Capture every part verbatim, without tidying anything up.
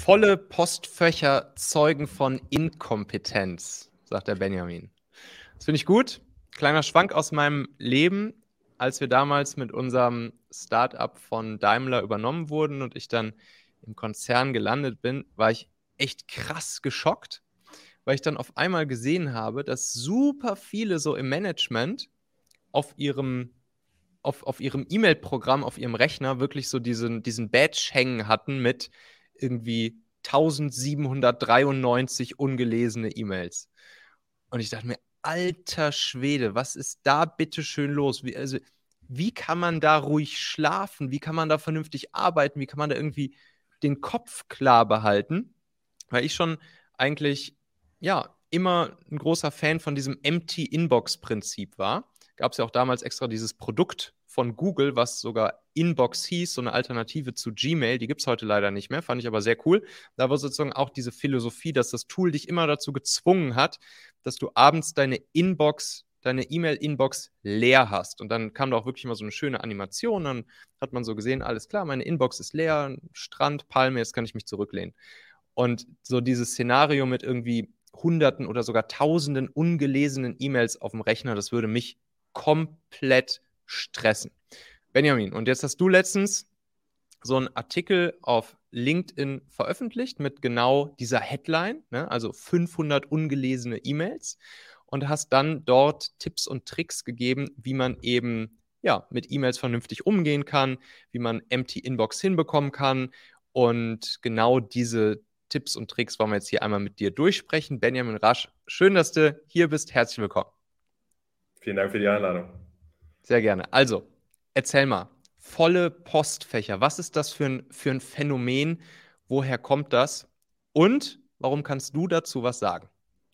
Volle Postfächer zeugen von Inkompetenz, sagt der Benjamin. Das finde ich gut. Kleiner Schwank aus meinem Leben, als wir damals mit unserem Startup von Daimler übernommen wurden und ich dann im Konzern gelandet bin, war ich echt krass geschockt, weil ich dann auf einmal gesehen habe, dass super viele so im Management auf ihrem auf, auf ihrem E-Mail-Programm, auf ihrem Rechner wirklich so diesen, diesen Badge hängen hatten mit irgendwie tausendsiebenhundertdreiundneunzig ungelesene E-Mails. Und ich dachte mir, alter Schwede, was ist da bitte schön los? Wie, also, wie kann man da ruhig schlafen? Wie kann man da vernünftig arbeiten? Wie kann man da irgendwie den Kopf klar behalten? Weil ich schon eigentlich, ja, immer ein großer Fan von diesem Empty Inbox-Prinzip war. Gab es ja auch damals extra dieses Produkt von Google, was sogar Inbox hieß, so eine Alternative zu Gmail. Die gibt es heute leider nicht mehr, fand ich aber sehr cool. Da war sozusagen auch diese Philosophie, dass das Tool dich immer dazu gezwungen hat, dass du abends deine Inbox, deine E-Mail-Inbox leer hast. Und dann kam da auch wirklich mal so eine schöne Animation. Dann hat man so gesehen, alles klar, meine Inbox ist leer, Strand, Palme, jetzt kann ich mich zurücklehnen. Und so dieses Szenario mit irgendwie Hunderten oder sogar Tausenden ungelesenen E-Mails auf dem Rechner, das würde mich komplett stressen. Benjamin, und jetzt hast du letztens so einen Artikel auf LinkedIn veröffentlicht mit genau dieser Headline, ne? Also fünfhundert ungelesene E-Mails, und hast dann dort Tipps und Tricks gegeben, wie man eben ja, mit E-Mails vernünftig umgehen kann, wie man Empty Inbox hinbekommen kann. Und genau diese Tipps und Tricks wollen wir jetzt hier einmal mit dir durchsprechen. Benjamin Rasch, schön, dass du hier bist. Herzlich willkommen. Vielen Dank für die Einladung. Sehr gerne. Also, erzähl mal, volle Postfächer, was ist das für ein, für ein Phänomen? Woher kommt das? Und warum kannst du dazu was sagen?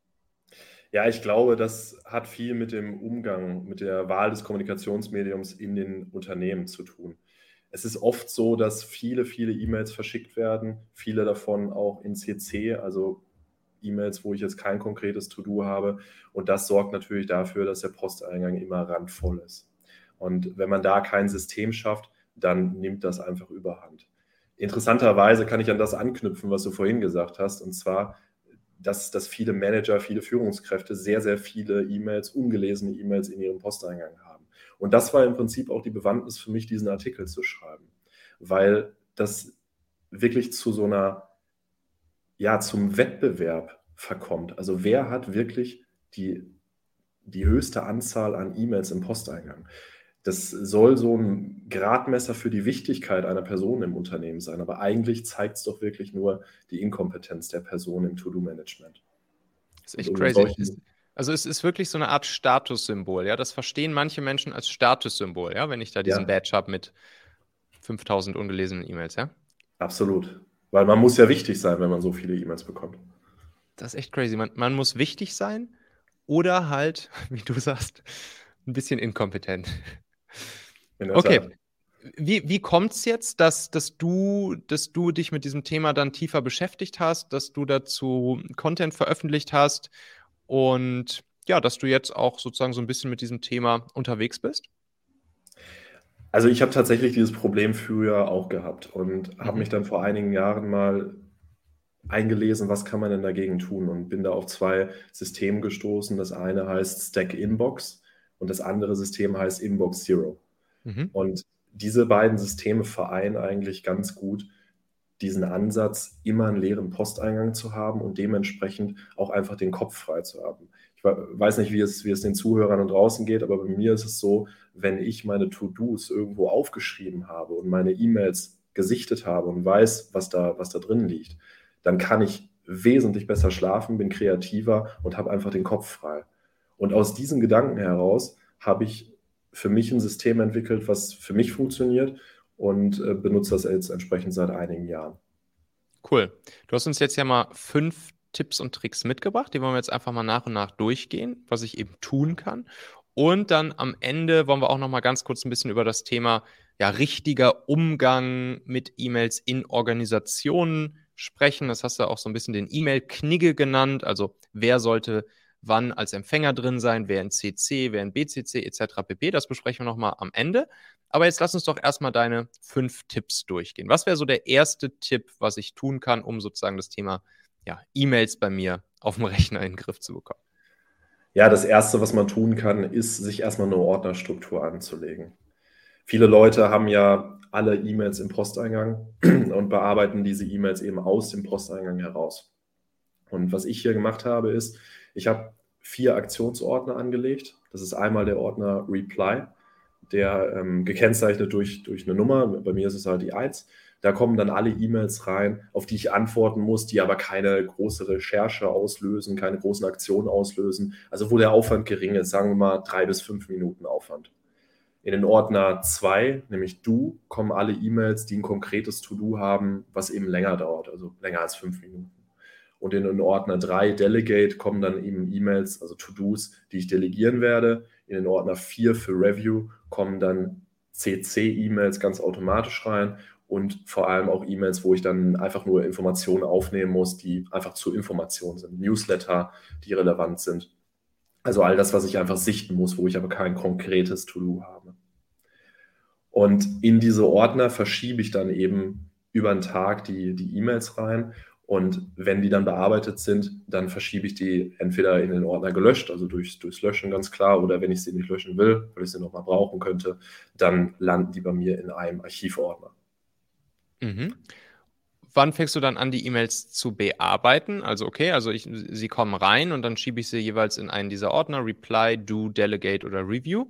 Ja, ich glaube, das hat viel mit dem Umgang, mit der Wahl des Kommunikationsmediums in den Unternehmen zu tun. Es ist oft so, dass viele, viele E-Mails verschickt werden, viele davon auch in C C, also E-Mails, wo ich jetzt kein konkretes To-Do habe. Und das sorgt natürlich dafür, dass der Posteingang immer randvoll ist. Und wenn man da kein System schafft, dann nimmt das einfach überhand. Interessanterweise kann ich an das anknüpfen, was du vorhin gesagt hast, und zwar, dass, dass viele Manager, viele Führungskräfte sehr, sehr viele E-Mails, ungelesene E-Mails in ihrem Posteingang haben. Und das war im Prinzip auch die Bewandtnis für mich, diesen Artikel zu schreiben, weil das wirklich zu so einer, ja, zum Wettbewerb verkommt. Also wer hat wirklich die, die höchste Anzahl an E-Mails im Posteingang? Das soll so ein Gradmesser für die Wichtigkeit einer Person im Unternehmen sein, aber eigentlich zeigt es doch wirklich nur die Inkompetenz der Person im To-Do-Management. Das ist echt crazy. Ist, also es ist wirklich so eine Art Statussymbol, ja. Das verstehen manche Menschen als Statussymbol, ja, wenn ich da diesen Ja. Badge habe mit fünftausend ungelesenen E-Mails, ja. Absolut. Weil man muss ja wichtig sein, wenn man so viele E-Mails bekommt. Das ist echt crazy. Man, man muss wichtig sein oder halt, wie du sagst, ein bisschen inkompetent. Okay. Tat. Wie, wie kommt es jetzt, dass, dass, du, dass du dich mit diesem Thema dann tiefer beschäftigt hast, dass du dazu Content veröffentlicht hast und ja, dass du jetzt auch sozusagen so ein bisschen mit diesem Thema unterwegs bist? Also ich habe tatsächlich dieses Problem früher auch gehabt und habe Mhm. mich dann vor einigen Jahren mal eingelesen, was kann man denn dagegen tun, und bin da auf zwei Systeme gestoßen. Das eine heißt Stack Inbox und das andere System heißt Inbox Zero. Mhm. Und diese beiden Systeme vereinen eigentlich ganz gut diesen Ansatz, immer einen leeren Posteingang zu haben und dementsprechend auch einfach den Kopf frei zu haben. Ich weiß nicht, wie es, wie es den Zuhörern und draußen geht, aber bei mir ist es so, wenn ich meine To-Dos irgendwo aufgeschrieben habe und meine E-Mails gesichtet habe und weiß, was da, was da drin liegt, dann kann ich wesentlich besser schlafen, bin kreativer und habe einfach den Kopf frei. Und aus diesen Gedanken heraus habe ich für mich ein System entwickelt, was für mich funktioniert, und äh, benutze das jetzt entsprechend seit einigen Jahren. Cool. Du hast uns jetzt ja mal fünf Tipps und Tricks mitgebracht. Die wollen wir jetzt einfach mal nach und nach durchgehen, was ich eben tun kann. Und dann am Ende wollen wir auch noch mal ganz kurz ein bisschen über das Thema ja, richtiger Umgang mit E-Mails in Organisationen sprechen. Das hast du auch so ein bisschen den E-Mail-Knigge genannt. Also wer sollte wann als Empfänger drin sein, wer in C C, wer in B C C et cetera pp. Das besprechen wir nochmal am Ende. Aber jetzt lass uns doch erstmal deine fünf Tipps durchgehen. Was wäre so der erste Tipp, was ich tun kann, um sozusagen das Thema ja, E-Mails bei mir auf dem Rechner in den Griff zu bekommen? Ja, das Erste, was man tun kann, ist, sich erstmal eine Ordnerstruktur anzulegen. Viele Leute haben ja alle E-Mails im Posteingang und bearbeiten diese E-Mails eben aus dem Posteingang heraus. Und was ich hier gemacht habe, ist, ich habe vier Aktionsordner angelegt. Das ist einmal der Ordner Reply, der ähm, gekennzeichnet durch, durch eine Nummer, bei mir ist es halt die eins. Da kommen dann alle E-Mails rein, auf die ich antworten muss, die aber keine große Recherche auslösen, keine großen Aktionen auslösen. Also wo der Aufwand gering ist, sagen wir mal drei bis fünf Minuten Aufwand. In den Ordner zwei, nämlich Do, kommen alle E-Mails, die ein konkretes To-Do haben, was eben länger dauert, also länger als fünf Minuten. Und in den Ordner drei, Delegate, kommen dann eben E-Mails, also To-Dos, die ich delegieren werde. In den Ordner vier für Review kommen dann C C-E-Mails ganz automatisch rein und vor allem auch E-Mails, wo ich dann einfach nur Informationen aufnehmen muss, die einfach zur Information sind. Newsletter, die relevant sind. Also all das, was ich einfach sichten muss, wo ich aber kein konkretes To-Do habe. Und in diese Ordner verschiebe ich dann eben über den Tag die, die E-Mails rein. Und wenn die dann bearbeitet sind, dann verschiebe ich die entweder in den Ordner gelöscht, also durch, durchs Löschen ganz klar, oder wenn ich sie nicht löschen will, weil ich sie nochmal brauchen könnte, dann landen die bei mir in einem Archivordner. Mhm. Wann fängst du dann an, die E-Mails zu bearbeiten? Also okay, also ich, sie kommen rein und dann schiebe ich sie jeweils in einen dieser Ordner, Reply, Do, Delegate oder Review.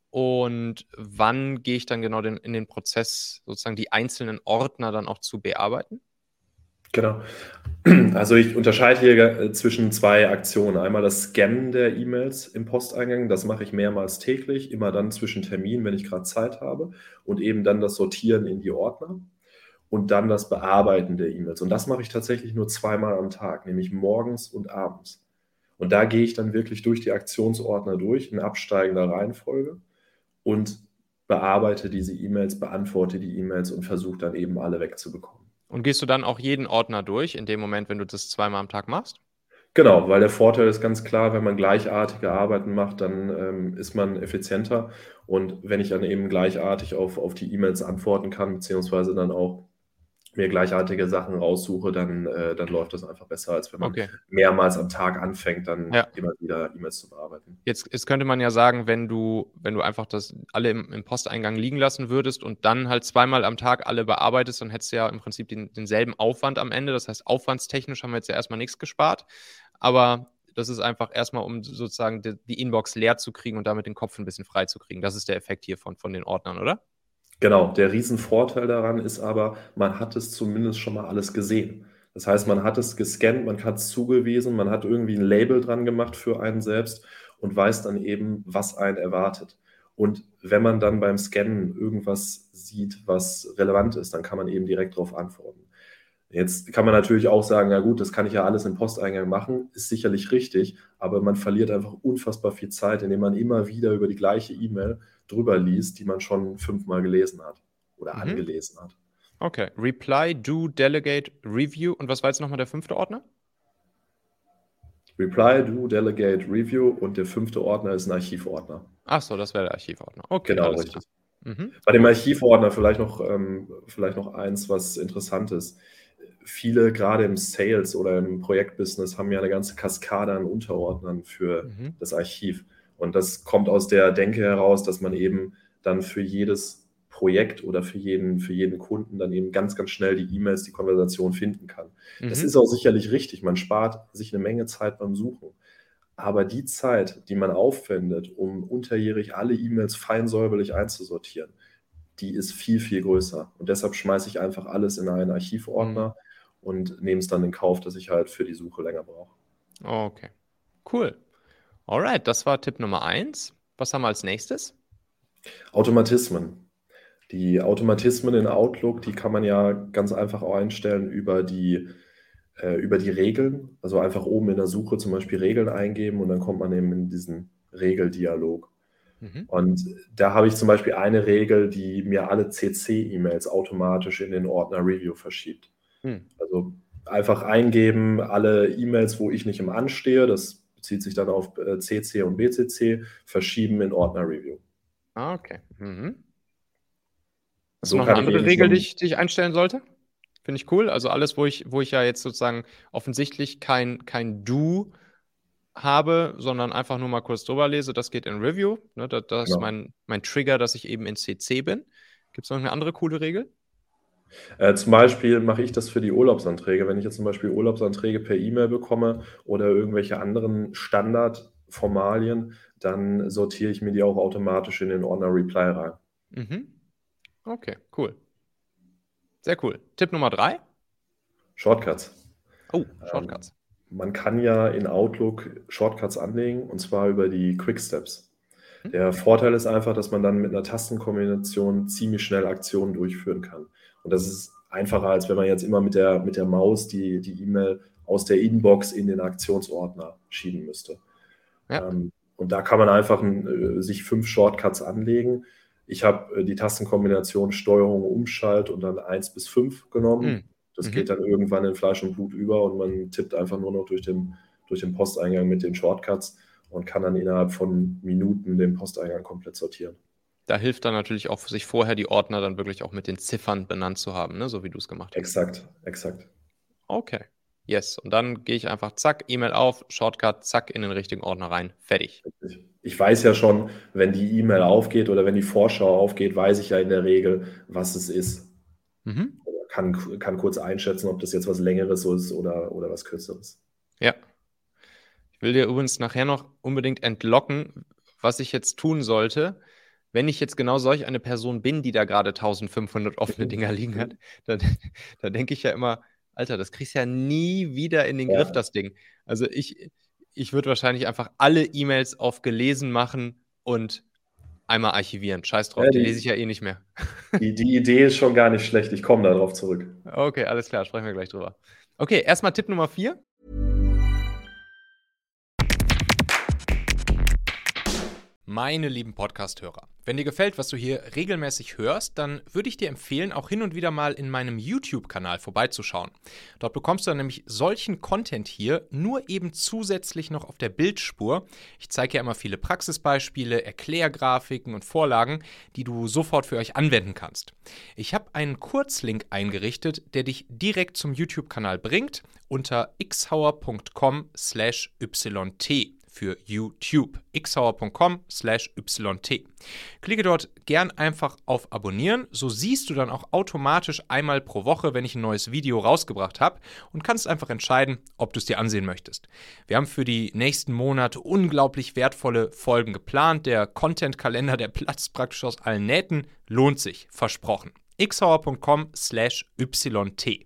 Und wann gehe ich dann genau den, in den Prozess, sozusagen die einzelnen Ordner dann auch zu bearbeiten? Genau. Also ich unterscheide hier zwischen zwei Aktionen. Einmal das Scannen der E-Mails im Posteingang, das mache ich mehrmals täglich, immer dann zwischen Terminen, wenn ich gerade Zeit habe, und eben dann das Sortieren in die Ordner und dann das Bearbeiten der E-Mails. Und das mache ich tatsächlich nur zweimal am Tag, nämlich morgens und abends. Und da gehe ich dann wirklich durch die Aktionsordner durch, in absteigender Reihenfolge und bearbeite diese E-Mails, beantworte die E-Mails und versuche dann eben alle wegzubekommen. Und gehst du dann auch jeden Ordner durch, in dem Moment, wenn du das zweimal am Tag machst? Genau, weil der Vorteil ist ganz klar, wenn man gleichartige Arbeiten macht, dann ähm, ist man effizienter. Und wenn ich dann eben gleichartig auf, auf die E-Mails antworten kann, beziehungsweise dann auch mir gleichartige Sachen raussuche, dann, äh, dann läuft das einfach besser, als wenn man Okay. mehrmals am Tag anfängt, dann Ja. immer wieder E-Mails zu bearbeiten. Jetzt, jetzt könnte man ja sagen, wenn du, wenn du einfach das alle im, im Posteingang liegen lassen würdest und dann halt zweimal am Tag alle bearbeitest, dann hättest du ja im Prinzip den, denselben Aufwand am Ende. Das heißt, aufwandstechnisch haben wir jetzt ja erstmal nichts gespart. Aber das ist einfach erstmal, um sozusagen die, die Inbox leer zu kriegen und damit den Kopf ein bisschen frei zu kriegen. Das ist der Effekt hier von, von den Ordnern, oder? Genau, der Riesenvorteil daran ist aber, man hat es zumindest schon mal alles gesehen. Das heißt, man hat es gescannt, man hat es zugewiesen, man hat irgendwie ein Label dran gemacht für einen selbst und weiß dann eben, was einen erwartet. Und wenn man dann beim Scannen irgendwas sieht, was relevant ist, dann kann man eben direkt darauf antworten. Jetzt kann man natürlich auch sagen, ja gut, das kann ich ja alles im Posteingang machen, ist sicherlich richtig, aber man verliert einfach unfassbar viel Zeit, indem man immer wieder über die gleiche E-Mail drüber liest, die man schon fünfmal gelesen hat oder Mhm. angelesen hat. Okay. Reply, Do, Delegate, Review. Und was war jetzt nochmal der fünfte Ordner? Reply, Do, Delegate, Review und der fünfte Ordner ist ein Archivordner. Ach so, das wäre der Archivordner. Okay, Genau, alles richtig. klar. Mhm. Bei dem Cool. Archivordner vielleicht noch, ähm, vielleicht noch eins, was interessant ist. Viele, gerade im Sales oder im Projektbusiness, haben ja eine ganze Kaskade an Unterordnern für Mhm. das Archiv. Und das kommt aus der Denke heraus, dass man eben dann für jedes Projekt oder für jeden, für jeden Kunden dann eben ganz, ganz schnell die E-Mails, die Konversation finden kann. Das Mhm. ist auch sicherlich richtig. Man spart sich eine Menge Zeit beim Suchen. Aber die Zeit, die man aufwendet, um unterjährig alle E-Mails fein säuberlich einzusortieren, die ist viel, viel größer. Und deshalb schmeiße ich einfach alles in einen Archivordner Mhm. und nehme es dann in Kauf, dass ich halt für die Suche länger brauche. Okay, cool. Alright, das war Tipp Nummer eins. Was haben wir als nächstes? Automatismen. Die Automatismen in Outlook, die kann man ja ganz einfach auch einstellen über die, äh, über die Regeln. Also einfach oben in der Suche zum Beispiel Regeln eingeben und dann kommt man eben in diesen Regeldialog. Mhm. Und da habe ich zum Beispiel eine Regel, die mir alle C C-E-Mails automatisch in den Ordner Review verschiebt. Hm. Also einfach eingeben, alle E-Mails, wo ich nicht im Anstehe, das bezieht sich dann auf äh, C C und B C C, verschieben in Ordner-Review. Ah, okay. Mhm. Hast So du noch eine kann ich andere eben Regel, die schon, ich, die ich einstellen sollte? Finde ich cool. Also alles, wo ich, wo ich ja jetzt sozusagen offensichtlich kein, kein Do habe, sondern einfach nur mal kurz drüber lese, das geht in Review. Ne, das, das ist genau. mein, mein Trigger, dass ich eben in C C bin. Gibt es noch eine andere coole Regel? Äh, zum Beispiel mache ich das für die Urlaubsanträge. Wenn ich jetzt zum Beispiel Urlaubsanträge per E-Mail bekomme oder irgendwelche anderen Standardformalien, dann sortiere ich mir die auch automatisch in den Ordner Reply rein. Mhm. Okay, cool. Sehr cool. Tipp Nummer drei. Shortcuts. Oh, Ähm, Shortcuts. man kann ja in Outlook Shortcuts anlegen und zwar über die Quicksteps. Hm? Der Vorteil ist einfach, dass man dann mit einer Tastenkombination ziemlich schnell Aktionen durchführen kann. Und das ist einfacher, als wenn man jetzt immer mit der, mit der Maus die die E-Mail aus der Inbox in den Aktionsordner schieben müsste. Ja. Ähm, und da kann man einfach äh, sich fünf Shortcuts anlegen. Ich habe äh, die Tastenkombination Steuerung, Umschalt und dann eins bis fünf genommen. Hm. Das Mhm. geht dann irgendwann in Fleisch und Blut über und man tippt einfach nur noch durch den, durch den Posteingang mit den Shortcuts und kann dann innerhalb von Minuten den Posteingang komplett sortieren. Da hilft dann natürlich auch, sich vorher die Ordner dann wirklich auch mit den Ziffern benannt zu haben, ne? So wie du es gemacht hast. Exakt, exakt. Okay. Yes. Und dann gehe ich einfach, zack, E-Mail auf, Shortcut, zack, in den richtigen Ordner rein. Fertig. Richtig. Ich weiß ja schon, wenn die E-Mail aufgeht oder wenn die Vorschau aufgeht, weiß ich ja in der Regel, was es ist. Mhm. Oder kann, kann kurz einschätzen, ob das jetzt was Längeres ist oder, oder was Kürzeres. Ja. Ich will dir übrigens nachher noch unbedingt entlocken, was ich jetzt tun sollte, wenn ich jetzt genau solch eine Person bin, die da gerade eintausendfünfhundert offene Dinger liegen hat. Dann, dann denke ich ja immer, Alter, das kriegst du ja nie wieder in den Ja. Griff, das Ding. Also ich, ich würde wahrscheinlich einfach alle E-Mails auf gelesen machen und einmal archivieren. Scheiß drauf, Ja, die die- lese ich ja eh nicht mehr. Die, die Idee ist schon gar nicht schlecht. Ich komme darauf zurück. Okay, alles klar, sprechen wir gleich drüber. Okay, erstmal Tipp Nummer vier. Meine lieben Podcast-Hörer, wenn dir gefällt, was du hier regelmäßig hörst, dann würde ich dir empfehlen, auch hin und wieder mal in meinem YouTube-Kanal vorbeizuschauen. Dort bekommst du dann nämlich solchen Content hier, nur eben zusätzlich noch auf der Bildspur. Ich zeige ja immer viele Praxisbeispiele, Erklärgrafiken und Vorlagen, die du sofort für euch anwenden kannst. Ich habe einen Kurzlink eingerichtet, der dich direkt zum YouTube-Kanal bringt, unter xhauer.com slash yt. Für YouTube. xhauer.com slash yt. Klicke dort gern einfach auf Abonnieren, so siehst du dann auch automatisch einmal pro Woche, wenn ich ein neues Video rausgebracht habe und kannst einfach entscheiden, ob du es dir ansehen möchtest. Wir haben für die nächsten Monate unglaublich wertvolle Folgen geplant. Der Content-Kalender, der platzt praktisch aus allen Nähten, lohnt sich, versprochen. xhauer.com slash yt.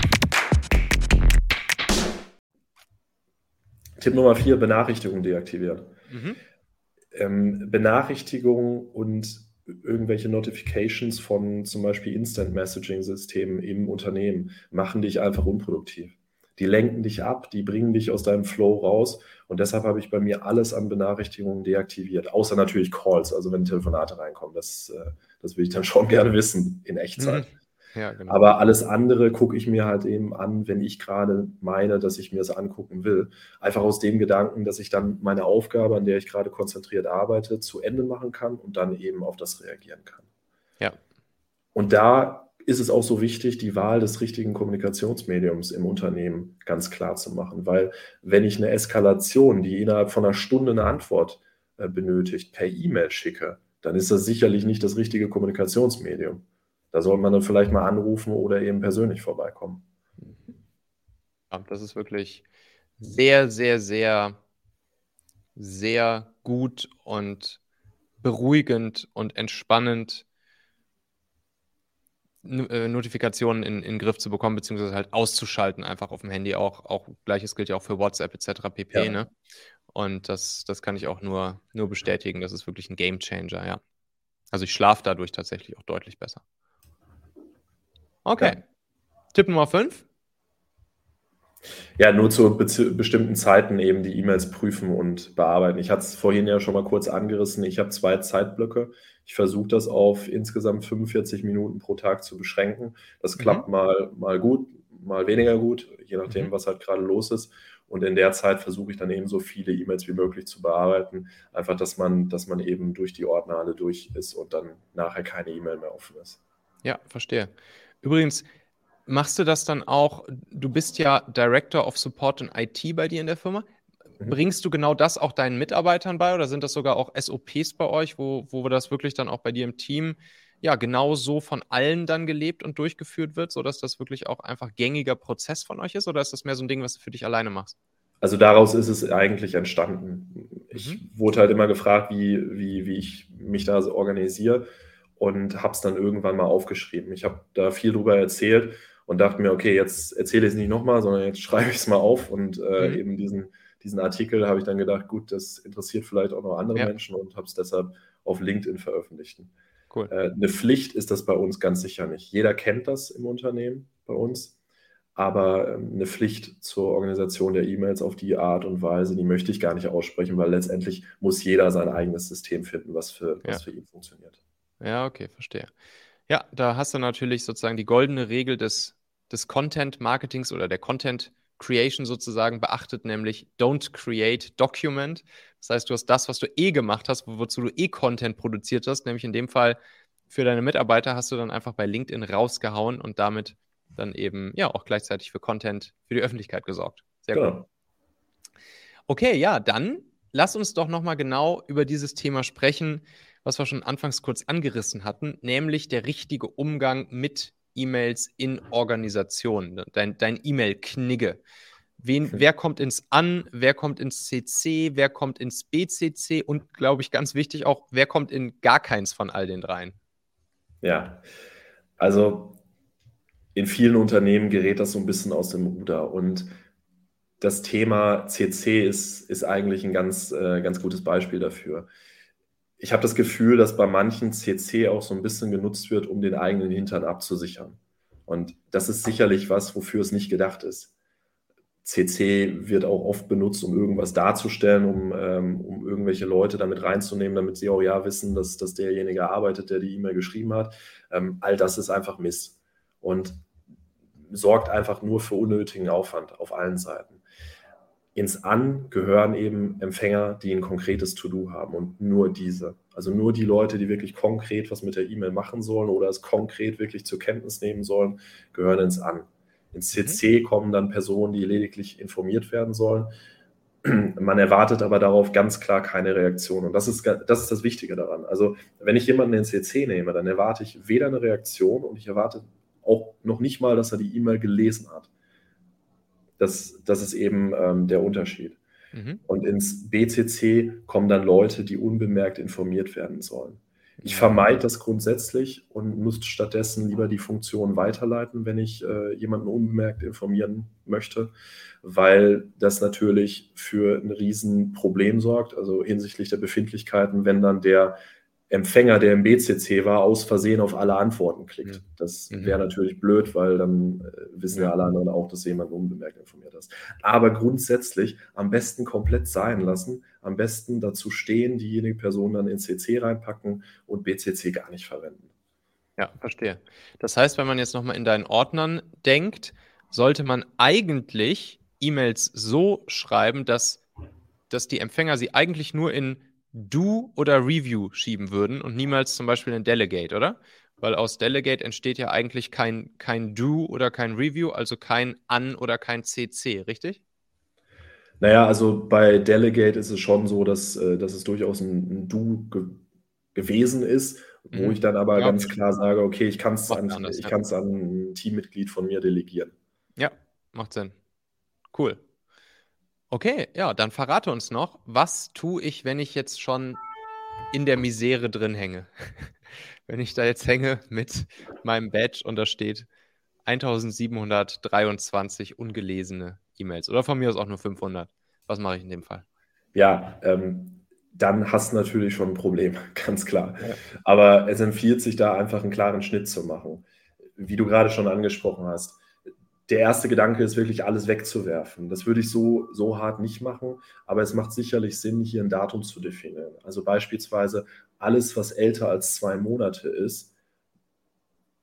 Tipp Nummer vier, Benachrichtigungen deaktivieren. Mhm. Ähm, Benachrichtigungen und irgendwelche Notifications von zum Beispiel Instant-Messaging-Systemen im Unternehmen machen dich einfach unproduktiv. Die lenken dich ab, die bringen dich aus deinem Flow raus und deshalb habe ich bei mir alles an Benachrichtigungen deaktiviert, außer natürlich Calls, also wenn Telefonate reinkommen, das, äh, das will ich dann schon gerne wissen in Echtzeit. Mhm. Ja, genau. Aber alles andere gucke ich mir halt eben an, wenn ich gerade meine, dass ich mir das angucken will. Einfach aus dem Gedanken, dass ich dann meine Aufgabe, an der ich gerade konzentriert arbeite, zu Ende machen kann und dann eben auf das reagieren kann. Ja. Und da ist es auch so wichtig, die Wahl des richtigen Kommunikationsmediums im Unternehmen ganz klar zu machen. Weil wenn ich eine Eskalation, die innerhalb von einer Stunde eine Antwort äh, benötigt, per E-Mail schicke, dann ist das sicherlich nicht das richtige Kommunikationsmedium. Da sollte man dann vielleicht mal anrufen oder eben persönlich vorbeikommen. Ja, das ist wirklich sehr, sehr, sehr, sehr gut und beruhigend und entspannend, N- äh, Notifikationen in, in den Griff zu bekommen, beziehungsweise halt auszuschalten, einfach auf dem Handy auch. Auch Gleiches gilt ja auch für WhatsApp et cetera pp. Ja. Ne? Und das, das kann ich auch nur, nur bestätigen. Das ist wirklich ein Gamechanger, ja. Also ich schlafe dadurch tatsächlich auch deutlich besser. Okay. Ja. Tipp Nummer fünf. Ja, nur zu be- bestimmten Zeiten eben die E-Mails prüfen und bearbeiten. Ich hatte es vorhin ja schon mal kurz angerissen. Ich habe zwei Zeitblöcke. Ich versuche das auf insgesamt fünfundvierzig Minuten pro Tag zu beschränken. Das Mhm. klappt mal, mal gut, mal weniger gut, je nachdem, Mhm. was halt gerade los ist. Und in der Zeit versuche ich dann eben so viele E-Mails wie möglich zu bearbeiten. Einfach, dass man, dass man eben durch die Ordner alle durch ist und dann nachher keine E-Mail mehr offen ist. Ja, verstehe. Übrigens, machst du das dann auch, du bist ja Director of Support and I T bei dir in der Firma. Mhm. Bringst du genau das auch deinen Mitarbeitern bei oder sind das sogar auch S O Ps bei euch, wo, wo das wirklich dann auch bei dir im Team ja genau so von allen dann gelebt und durchgeführt wird, sodass das wirklich auch einfach gängiger Prozess von euch ist? Oder ist das mehr so ein Ding, was du für dich alleine machst? Also daraus ist es eigentlich entstanden. Ich Mhm. wurde halt immer gefragt, wie, wie, wie ich mich da so organisiere und habe es dann irgendwann mal aufgeschrieben. Ich habe da viel drüber erzählt und dachte mir, okay, jetzt erzähle ich es nicht nochmal, sondern jetzt schreibe ich es mal auf und äh, Mhm. eben diesen, diesen Artikel habe ich dann gedacht, gut, das interessiert vielleicht auch noch andere Ja. Menschen und habe es deshalb auf LinkedIn veröffentlicht. Cool. Äh, eine Pflicht ist das bei uns ganz sicher nicht. Jeder kennt das im Unternehmen bei uns, aber ähm, eine Pflicht zur Organisation der E-Mails auf die Art und Weise, die möchte ich gar nicht aussprechen, weil letztendlich muss jeder sein eigenes System finden, was für, was Ja. für ihn funktioniert. Ja, okay, verstehe. Ja, da hast du natürlich sozusagen die goldene Regel des, des Content-Marketings oder der Content-Creation sozusagen beachtet, nämlich don't create, document. Das heißt, du hast das, was du eh gemacht hast, wo- wozu du eh Content produziert hast, nämlich in dem Fall für deine Mitarbeiter, hast du dann einfach bei LinkedIn rausgehauen und damit dann eben ja auch gleichzeitig für Content für die Öffentlichkeit gesorgt. Sehr gut. Genau. Okay, ja, dann lass uns doch nochmal genau über dieses Thema sprechen, was wir schon anfangs kurz angerissen hatten, nämlich der richtige Umgang mit E-Mails in Organisationen, dein, dein E-Mail-Knigge. Wen, wer kommt ins An, wer kommt ins C C, wer kommt ins B C C und, glaube ich, ganz wichtig auch, wer kommt in gar keins von all den dreien? Ja, also in vielen Unternehmen gerät das so ein bisschen aus dem Ruder und das Thema C C ist, ist eigentlich ein ganz, äh, ganz gutes Beispiel dafür. Ich habe das Gefühl, dass bei manchen C C auch so ein bisschen genutzt wird, um den eigenen Hintern abzusichern. Und das ist sicherlich was, wofür es nicht gedacht ist. C C wird auch oft benutzt, um irgendwas darzustellen, um, ähm, um irgendwelche Leute damit reinzunehmen, damit sie auch ja wissen, dass, dass derjenige arbeitet, der die E-Mail geschrieben hat. Ähm, all das ist einfach Mist und sorgt einfach nur für unnötigen Aufwand auf allen Seiten. Ins An gehören eben Empfänger, die ein konkretes To-Do haben und nur diese. Also nur die Leute, die wirklich konkret was mit der E-Mail machen sollen oder es konkret wirklich zur Kenntnis nehmen sollen, gehören ins An. Ins C C kommen dann Personen, die lediglich informiert werden sollen. Man erwartet aber darauf ganz klar keine Reaktion. Und das ist, das ist das Wichtige daran. Also wenn ich jemanden in C C nehme, dann erwarte ich weder eine Reaktion und ich erwarte auch noch nicht mal, dass er die E-Mail gelesen hat. Das, das ist eben ähm, der Unterschied. Mhm. Und ins B C C kommen dann Leute, die unbemerkt informiert werden sollen. Ich Ja. vermeide das grundsätzlich und muss stattdessen lieber die Funktion weiterleiten, wenn ich äh, jemanden unbemerkt informieren möchte, weil das natürlich für ein Riesenproblem sorgt, also hinsichtlich der Befindlichkeiten, wenn dann der Empfänger, der im B C C war, aus Versehen auf alle Antworten klickt. Das Mhm. wäre natürlich blöd, weil dann äh, wissen ja Ja. alle anderen auch, dass jemand unbemerkt informiert ist. Aber grundsätzlich am besten komplett sein lassen, am besten dazu stehen, diejenige Person dann in C C reinpacken und B C C gar nicht verwenden. Ja, verstehe. Das heißt, wenn man jetzt nochmal in deinen Ordnern denkt, sollte man eigentlich E-Mails so schreiben, dass, dass die Empfänger sie eigentlich nur in Do oder Review schieben würden und niemals zum Beispiel in Delegate, oder? Weil aus Delegate entsteht ja eigentlich kein, kein Do oder kein Review, also kein An oder kein C C, richtig? Naja, also bei Delegate ist es schon so, dass, äh, dass es durchaus ein, ein Do ge gewesen ist, wo Mhm. ich dann aber Ja, okay, ganz klar sage, okay, ich kann es macht an, ja anders, ich ja. kann's an ein Teammitglied von mir delegieren. Ja, macht Sinn. Cool. Okay, ja, dann verrate uns noch, was tue ich, wenn ich jetzt schon in der Misere drin hänge? Wenn ich da jetzt hänge mit meinem Badge und da steht eintausendsiebenhundertdreiundzwanzig ungelesene E-Mails oder von mir aus auch nur fünfhundert. Was mache ich in dem Fall? Ja, ähm, dann hast du natürlich schon ein Problem, ganz klar. Ja. Aber es empfiehlt sich da einfach einen klaren Schnitt zu machen. Wie du gerade schon angesprochen hast, der erste Gedanke ist wirklich, alles wegzuwerfen. Das würde ich so, so hart nicht machen, aber es macht sicherlich Sinn, hier ein Datum zu definieren. Also beispielsweise alles, was älter als zwei Monate ist,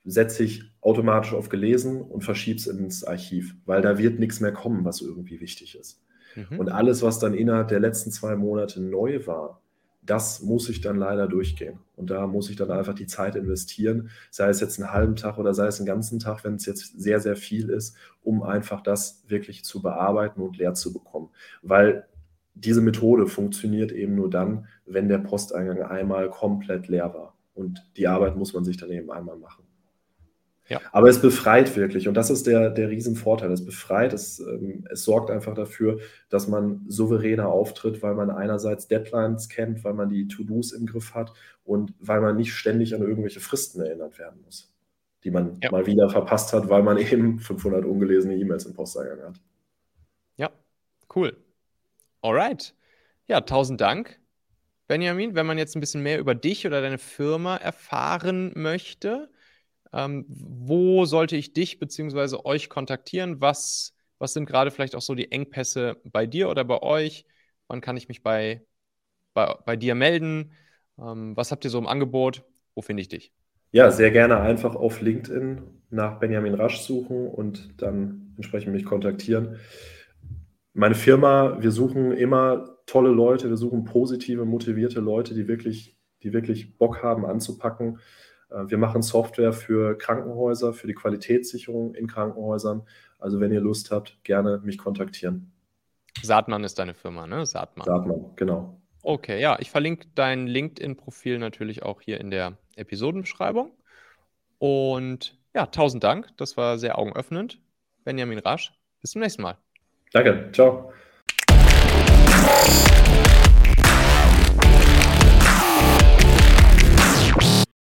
setze ich automatisch auf gelesen und verschiebe es ins Archiv, weil da wird nichts mehr kommen, was irgendwie wichtig ist. Mhm. Und alles, was dann innerhalb der letzten zwei Monate neu war, das muss ich dann leider durchgehen. Und da muss ich dann einfach die Zeit investieren, sei es jetzt einen halben Tag oder sei es einen ganzen Tag, wenn es jetzt sehr, sehr viel ist, um einfach das wirklich zu bearbeiten und leer zu bekommen. Weil diese Methode funktioniert eben nur dann, wenn der Posteingang einmal komplett leer war. Und die Arbeit muss man sich dann eben einmal machen. Ja. Aber es befreit wirklich, und das ist der, der Riesenvorteil. Es befreit, es, ähm, es sorgt einfach dafür, dass man souveräner auftritt, weil man einerseits Deadlines kennt, weil man die To-Dos im Griff hat und weil man nicht ständig an irgendwelche Fristen erinnert werden muss, die man ja. mal wieder verpasst hat, weil man eben fünfhundert ungelesene E-Mails im Posteingang hat. Ja, cool. Alright. Ja, tausend Dank, Benjamin. Wenn man jetzt ein bisschen mehr über dich oder deine Firma erfahren möchte, Ähm, wo sollte ich dich bzw. euch kontaktieren? Was, was sind gerade vielleicht auch so die Engpässe bei dir oder bei euch? Wann kann ich mich bei, bei, bei dir melden? Ähm, was habt ihr so im Angebot? Wo finde ich dich? Ja, sehr gerne einfach auf LinkedIn nach Benjamin Rasch suchen und dann entsprechend mich kontaktieren. Meine Firma, wir suchen immer tolle Leute, wir suchen positive, motivierte Leute, die wirklich, die wirklich Bock haben anzupacken. Wir machen Software für Krankenhäuser, für die Qualitätssicherung in Krankenhäusern. Also wenn ihr Lust habt, gerne mich kontaktieren. Saatmann ist deine Firma, ne? Saatmann. Saatmann, genau. Okay, ja, ich verlinke dein LinkedIn-Profil natürlich auch hier in der Episodenbeschreibung. Und ja, tausend Dank. Das war sehr augenöffnend. Benjamin Rasch. Bis zum nächsten Mal. Danke. Ciao.